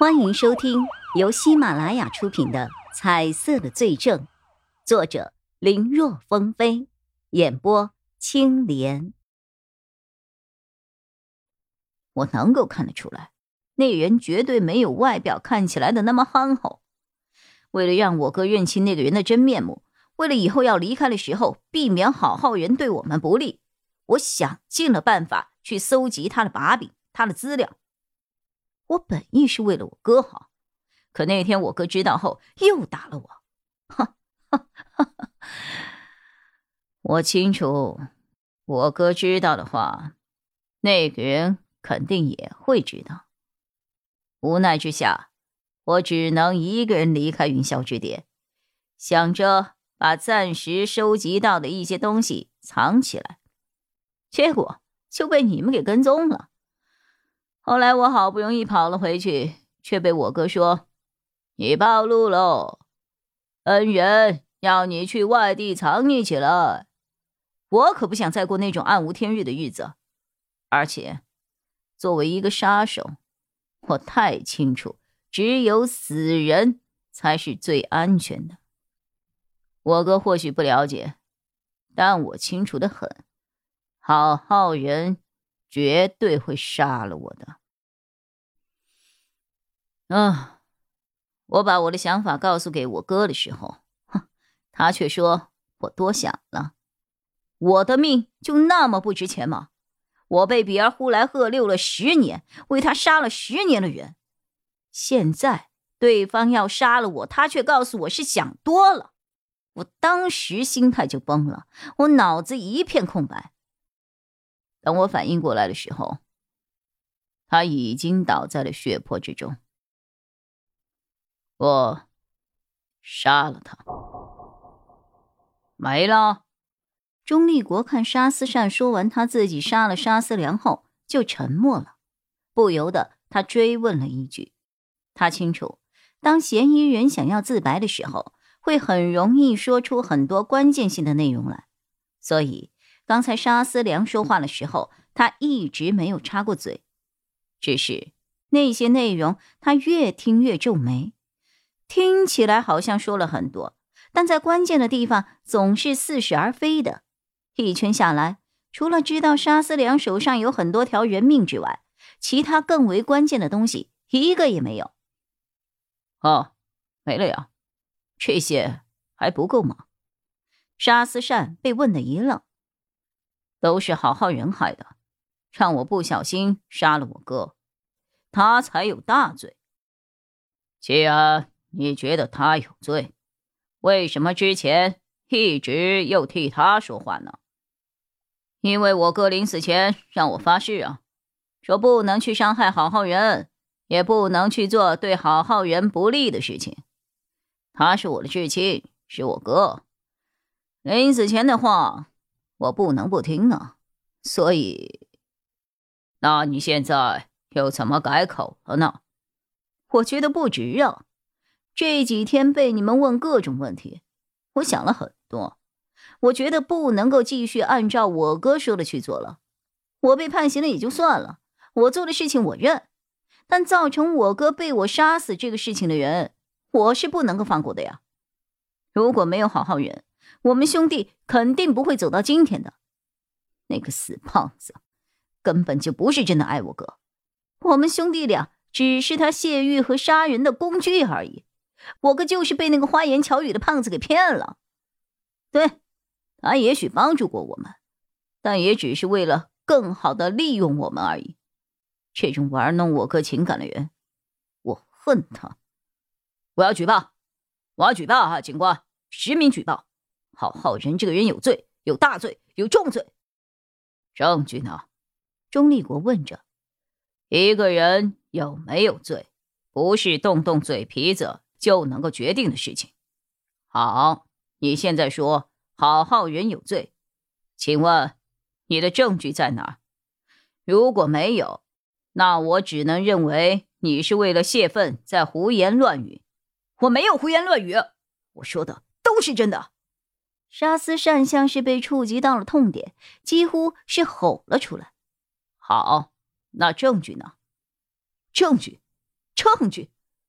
欢迎收听由喜马拉雅出品的《彩色的罪证》，作者林若风飞，演播青莲。我能够看得出来，那人绝对没有外表看起来的那么憨厚。为了让我哥认清那个人的真面目，为了以后要离开的时候避免好好人对我们不利，我想尽了办法去搜集他的把柄，他的资料。我本意是为了我哥好，可那天我哥知道后又打了我。我清楚，我哥知道的话，那个人肯定也会知道。无奈之下，我只能一个人离开云霄之巅，想着把暂时收集到的一些东西藏起来，结果就被你们给跟踪了。后来我好不容易跑了回去，却被我哥说：“你暴露喽，恩人要你去外地藏匿起来。”我可不想再过那种暗无天日的日子，而且作为一个杀手，我太清楚，只有死人才是最安全的。我哥或许不了解，但我清楚得很，好好人绝对会杀了我的。我把我的想法告诉给我哥的时候，他却说我多想了。我的命就那么不值钱吗？我被比尔呼来喝溜了10年，为他杀了10年的人，现在对方要杀了我，他却告诉我是想多了。我当时心态就崩了，我脑子一片空白。等我反应过来的时候，他已经倒在了血泊之中。我杀了他。没了。钟立国看沙思善说完他自己杀了沙思良后就沉默了，不由得他追问了一句。他清楚，当嫌疑人想要自白的时候，会很容易说出很多关键性的内容来，所以刚才沙思良说话的时候，他一直没有插过嘴。只是那些内容他越听越皱眉，听起来好像说了很多，但在关键的地方总是似是而非的。一圈下来，除了知道沙思良手上有很多条人命之外，其他更为关键的东西一个也没有。没了呀？这些还不够吗？沙思善被问得一愣。都是好好人害的，让我不小心杀了我哥，他才有大罪。既然你觉得他有罪，为什么之前一直又替他说话呢？因为我哥临死前让我发誓啊，说不能去伤害好好人，也不能去做对好好人不利的事情。他是我的至亲，是我哥，临死前的话我不能不听呢，所以……那你现在又怎么改口了呢？我觉得不值啊，这几天被你们问各种问题，我想了很多，我觉得不能够继续按照我哥说的去做了。我被判刑了也就算了，我做的事情我认，但造成我哥被我杀死这个事情的人，我是不能够放过的呀。如果没有好好人，我们兄弟肯定不会走到今天的。那个死胖子根本就不是真的爱我哥，我们兄弟俩只是他泄欲和杀人的工具而已。我哥就是被那个花言巧语的胖子给骗了。对，他也许帮助过我们，但也只是为了更好的利用我们而已。这种玩弄我哥情感的人，我恨他。我要举报，警官，实名举报，好好人这个人有罪，有大罪，有重罪。证据呢？钟立国问着。一个人有没有罪，不是动动嘴皮子就能够决定的事情。好，你现在说好好人有罪，请问你的证据在哪儿？如果没有，那我只能认为你是为了泄愤在胡言乱语。我没有胡言乱语，我说的都是真的。沙思善像是被触及到了痛点，几乎是吼了出来。好，那证据呢？证据证据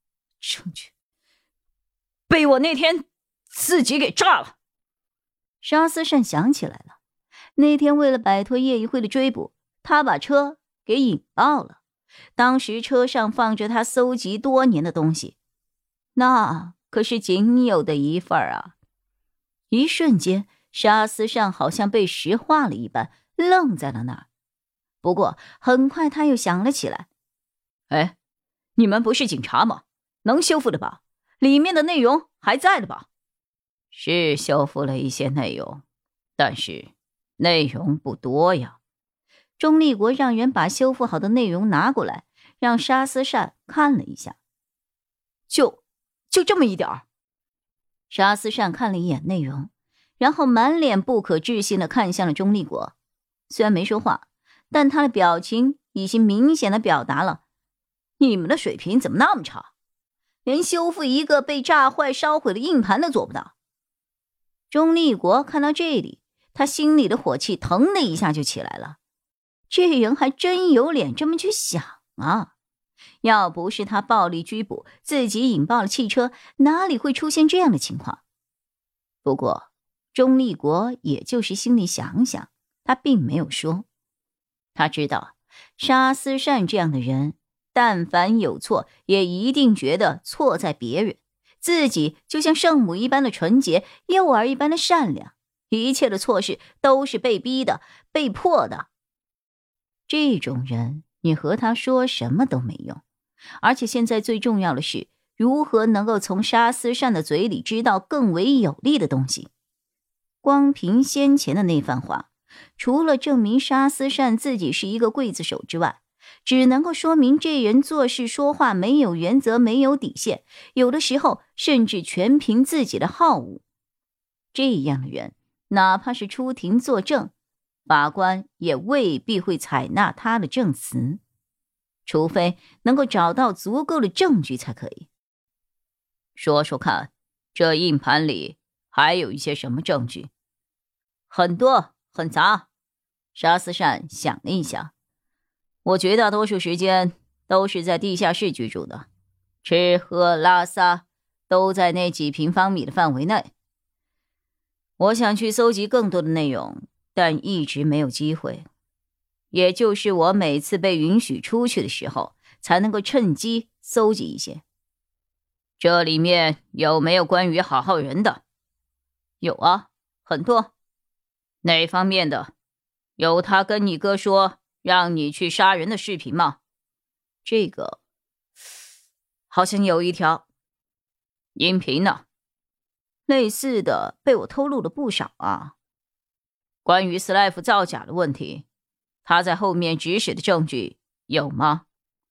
被我那天自己给炸了。沙思善想起来了，那天为了摆脱叶一辉的追捕，他把车给引爆了。当时车上放着他搜集多年的东西，那可是仅有的一份啊！一瞬间，沙思善好像被石化了一般，愣在了那儿。不过很快他又想了起来，哎，你们不是警察吗？能修复的吧？里面的内容还在的吧？是修复了一些内容，但是内容不多呀。钟立国让人把修复好的内容拿过来，让沙思善看了一下。就这么一点儿。沙思善看了一眼内容，然后满脸不可置信地看向了钟立国。虽然没说话，但他的表情已经明显地表达了，你们的水平怎么那么差，连修复一个被炸坏烧毁的硬盘都做不到。钟立国看到这里，他心里的火气腾的一下就起来了。这人还真有脸这么去想啊！要不是他暴力拘捕，自己引爆了汽车，哪里会出现这样的情况？不过钟立国也就是心里想想，他并没有说。他知道沙思善这样的人，但凡有错，也一定觉得错在别人，自己就像圣母一般的纯洁，幼儿一般的善良，一切的错事都是被逼的，被迫的。这种人，你和他说什么都没用。而且现在最重要的是，如何能够从沙思善的嘴里知道更为有利的东西。光凭先前的那番话，除了证明沙思善自己是一个刽子手之外，只能够说明这人做事说话没有原则，没有底线，有的时候甚至全凭自己的好恶。这样的人，哪怕是出庭作证，法官也未必会采纳他的证词，除非能够找到足够的证据才可以。说说看，这硬盘里还有一些什么证据？很多，很杂。沙思善想了一下，我绝大多数时间都是在地下室居住的，吃喝拉撒都在那几平方米的范围内。我想去搜集更多的内容，但一直没有机会。也就是我每次被允许出去的时候，才能够趁机搜集一些。这里面有没有关于郝浩仁的？有啊，很多。哪方面的？有他跟你哥说让你去杀人的视频吗？这个好像有一条。音频呢？类似的被我偷录了不少啊。关于 Slife 造假的问题，他在后面指使的证据有吗？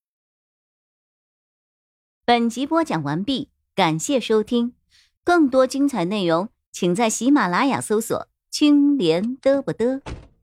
本集播讲完毕，感谢收听。更多精彩内容，请在喜马拉雅搜索青莲嘚不嘚。